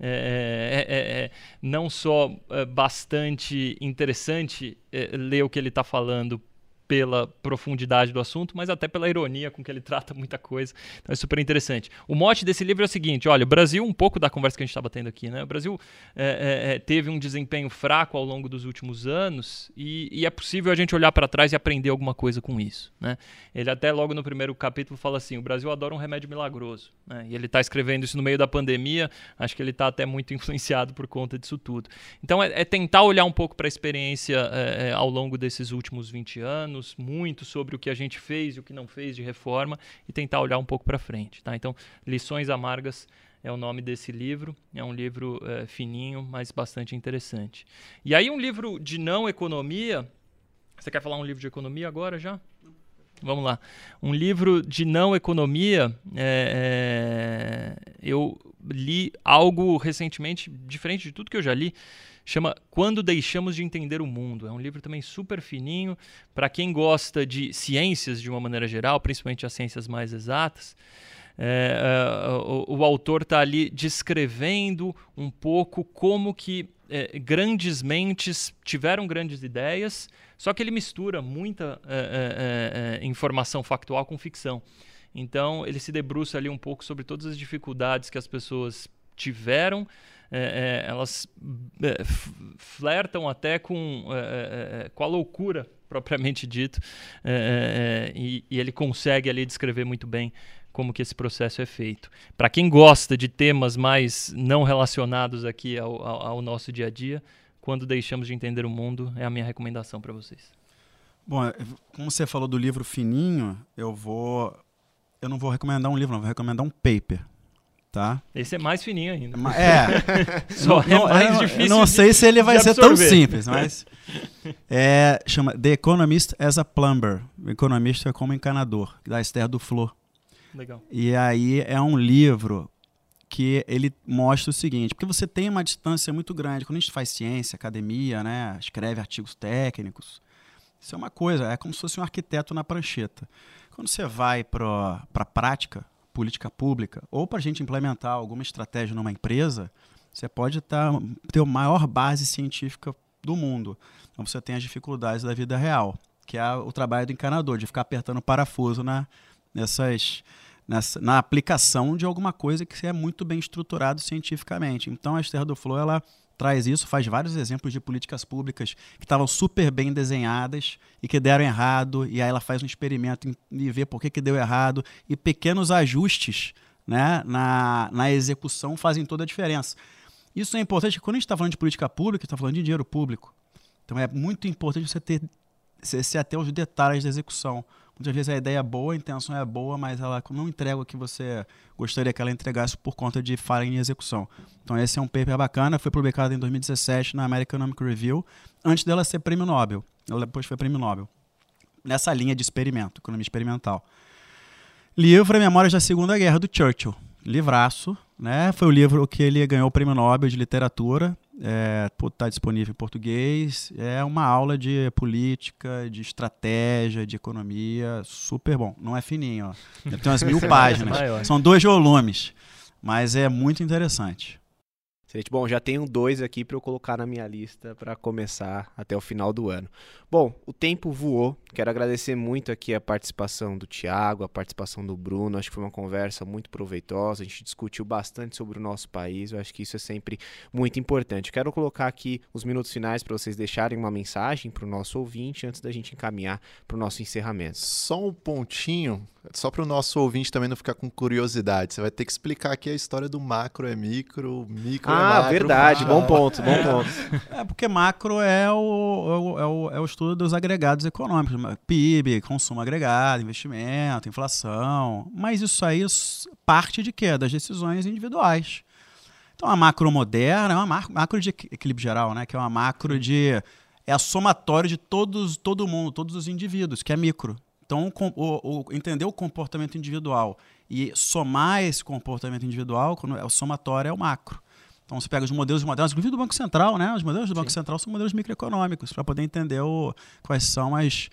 é, é, é, não só é, bastante interessante é, ler o que ele está falando pela profundidade do assunto, mas até pela ironia com que ele trata muita coisa. Então é super interessante. O mote desse livro é o seguinte, olha, o Brasil, um pouco da conversa que a gente estava tendo aqui, né? O Brasil é, é, teve um desempenho fraco ao longo dos últimos anos e, e é possível a gente olhar para trás e aprender alguma coisa com isso, né? Ele até logo no primeiro capítulo fala assim, o Brasil adora um remédio milagroso, né? E ele está escrevendo isso no meio da pandemia, acho que ele está até muito influenciado por conta disso tudo. Então é, é tentar olhar um pouco para a experiência é, é, ao longo desses últimos vinte anos, muito sobre o que a gente fez e o que não fez de reforma e tentar olhar um pouco para frente. Tá? Então, Lições Amargas é o nome desse livro. É um livro é, fininho, mas bastante interessante. E aí um livro de não economia... Você quer falar um livro de economia agora já? Vamos lá. Um livro de não economia, é, é, eu li algo recentemente, diferente de tudo que eu já li, chama Quando Deixamos de Entender o Mundo. É um livro também super fininho, para quem gosta de ciências de uma maneira geral, principalmente as ciências mais exatas. É, é, o, o autor está ali descrevendo um pouco como que é, grandes mentes tiveram grandes ideias, só que ele mistura muita é, é, é, informação factual com ficção. Então ele se debruça ali um pouco sobre todas as dificuldades que as pessoas tiveram. É, é, elas é, flertam até com, é, é, com a loucura propriamente dito, é, é, e, e ele consegue ali descrever muito bem como que esse processo é feito. Para quem gosta de temas mais não relacionados aqui ao, ao, ao nosso dia a dia, Quando Deixamos de Entender o Mundo é a minha recomendação para vocês. Bom, como você falou do livro fininho, eu vou eu não vou recomendar um livro, não, vou recomendar um paper. Tá? Esse é mais fininho ainda. É. Só não, é mais eu, difícil. Eu não sei de, se ele vai ser absorver. tão simples, mas é, chama The Economist as a Plumber. O Economista como encanador, da Esther Duflo. Legal. E aí é um livro que ele mostra o seguinte, porque você tem uma distância muito grande. Quando a gente faz ciência, academia, né, escreve artigos técnicos, isso é uma coisa, é como se fosse um arquiteto na prancheta. Quando você vai para a prática, política pública, ou para a gente implementar alguma estratégia numa empresa, você pode tá, ter a maior base científica do mundo. Então você tem as dificuldades da vida real, que é o trabalho do encanador, de ficar apertando parafuso na, nessas, nessa, na aplicação de alguma coisa que é muito bem estruturado cientificamente. Então a Esther Duflo, ela traz isso, faz vários exemplos de políticas públicas que estavam super bem desenhadas e que deram errado, e aí ela faz um experimento e vê por que, que deu errado, e pequenos ajustes, né, na, na execução fazem toda a diferença. Isso é importante, quando a gente está falando de política pública, está falando de dinheiro público. Então é muito importante você ter ser até os detalhes da execução. Muitas vezes a ideia é boa, a intenção é boa, mas ela não entrega o que você gostaria que ela entregasse por conta de falha em execução. Então esse é um paper bacana, foi publicado em dois mil e dezessete na American Economic Review, antes dela ser prêmio Nobel. Ela depois foi prêmio Nobel. Nessa linha de experimento, economia experimental. Livro é Memórias da Segunda Guerra, do Churchill. Livraço, né? Foi o livro que ele ganhou o prêmio Nobel de literatura. Está é, disponível em português. É uma aula de política, de estratégia, de economia. Super bom. Não é fininho, ó. Tem umas mil páginas. São dois volumes, mas é muito interessante. Bom, já tenho dois aqui para eu colocar na minha lista para começar até o final do ano. Bom, o tempo voou. Quero agradecer muito aqui a participação do Thiago, a participação do Bruno. Acho que foi uma conversa muito proveitosa. A gente discutiu bastante sobre o nosso país. Eu acho que isso é sempre muito importante. Quero colocar aqui os minutos finais para vocês deixarem uma mensagem para o nosso ouvinte antes da gente encaminhar para o nosso encerramento. Só um pontinho, só para o nosso ouvinte também não ficar com curiosidade. Você vai ter que explicar aqui a história do macro é micro, micro ah, é macro. Ah, verdade. Bom ponto, bom ponto. É porque macro é o, é o, é o estudo dos agregados econômicos. P I B, consumo agregado, investimento, inflação. Mas isso aí parte de quê? Das decisões individuais. Então, a macro moderna é uma macro de equilíbrio geral, né? Que é uma macro de... É a somatória de todos, todo mundo, todos os indivíduos, que é micro. Então, o, o, entender o comportamento individual e somar esse comportamento individual, quando é o somatório, é o macro. Então, você pega os modelos modernos, inclusive do Banco Central, né? Os modelos do Banco Sim. Central são modelos microeconômicos, para poder entender o, quais são as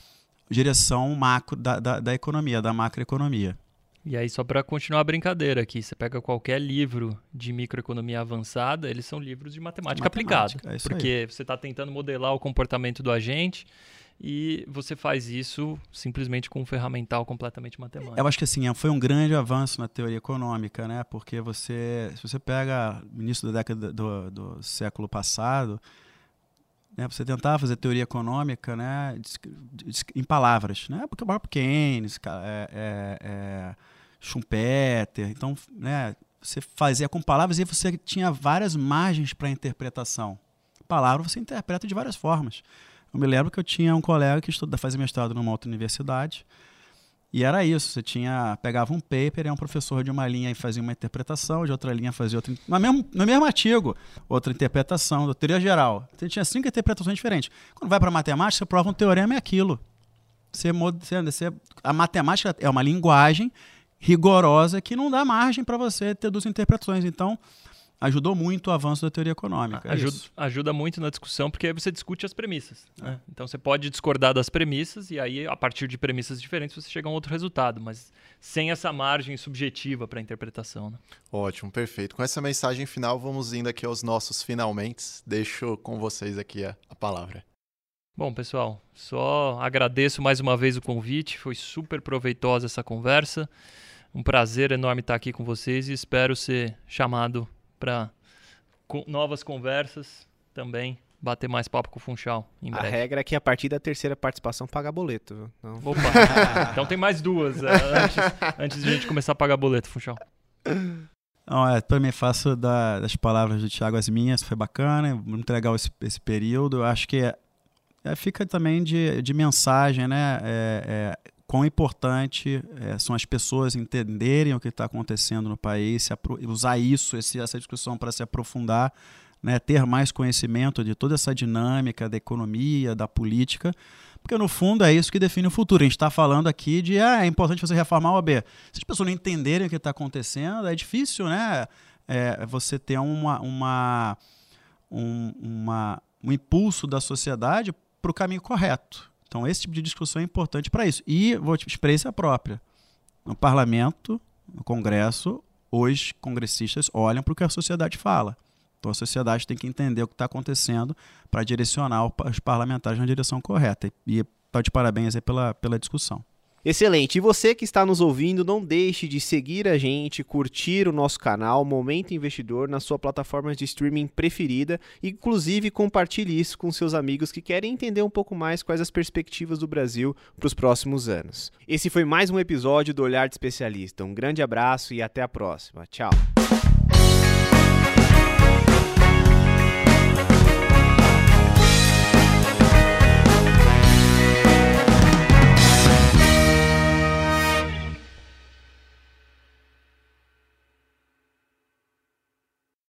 direção macro da, da, da economia, da macroeconomia. E aí, só para continuar a brincadeira aqui, você pega qualquer livro de microeconomia avançada, eles são livros de matemática, matemática aplicada. É porque aí. Você está tentando modelar o comportamento do agente e você faz isso simplesmente com um ferramental completamente matemático. Eu acho que assim, foi um grande avanço na teoria econômica, né? Porque você, se você pega o início da década do, do século passado, né, você tentava fazer teoria econômica, né, em palavras, né? Porque o próprio Keynes, é, é, é, Schumpeter, então, né, você fazia com palavras e você tinha várias margens para interpretação. Palavra você interpreta de várias formas. Eu me lembro que eu tinha um colega que estuda, fazia mestrado numa outra universidade, e era isso, você tinha, pegava um paper, e um professor de uma linha e fazia uma interpretação, de outra linha fazia outra, no mesmo, no mesmo artigo, outra interpretação, da teoria geral. Você tinha cinco interpretações diferentes. Quando vai para a matemática, você prova um teorema e aquilo. Você, você, a matemática é uma linguagem rigorosa que não dá margem para você ter duas interpretações. Então, ajudou muito o avanço da teoria econômica. É ajuda, ajuda muito na discussão, porque aí você discute as premissas. É. Né? Então você pode discordar das premissas e aí, a partir de premissas diferentes, você chega a um outro resultado, mas sem essa margem subjetiva para a interpretação. Né? Ótimo, perfeito. Com essa mensagem final, vamos indo aqui aos nossos finalmente. Deixo com vocês aqui a, a palavra. Bom, pessoal, só agradeço mais uma vez o convite. Foi super proveitosa essa conversa. Um prazer enorme estar aqui com vocês e espero ser chamado para novas conversas, também bater mais papo com o Funchal em breve. A regra é que a partir da terceira participação paga boleto. Não... Opa, então tem mais duas é, antes, antes de a gente começar a pagar boleto, Funchal. Não, é, também faço da, das palavras do Thiago as minhas, foi bacana, muito legal esse, esse período. Eu acho que é, é, fica também de, de mensagem, né? É, é, quão importante é, são as pessoas entenderem o que está acontecendo no país, se apro- usar isso, esse, essa discussão para se aprofundar, né, ter mais conhecimento de toda essa dinâmica da economia, da política, porque no fundo é isso que define o futuro. A gente está falando aqui de ah, é importante você reformar o O A B. Se as pessoas não entenderem o que está acontecendo, é difícil, né, é, você ter uma, uma, um, uma, um impulso da sociedade para o caminho correto. Então, esse tipo de discussão é importante para isso. E, vou te experiência própria. No parlamento, no Congresso, os congressistas olham para o que a sociedade fala. Então, a sociedade tem que entender o que está acontecendo para direcionar os parlamentares na direção correta. E está de parabéns aí pela, pela discussão. Excelente. E você que está nos ouvindo, não deixe de seguir a gente, curtir o nosso canal Momento Investidor na sua plataforma de streaming preferida e, inclusive, compartilhe isso com seus amigos que querem entender um pouco mais quais as perspectivas do Brasil para os próximos anos. Esse foi mais um episódio do Olhar de Especialista. Um grande abraço e até a próxima. Tchau.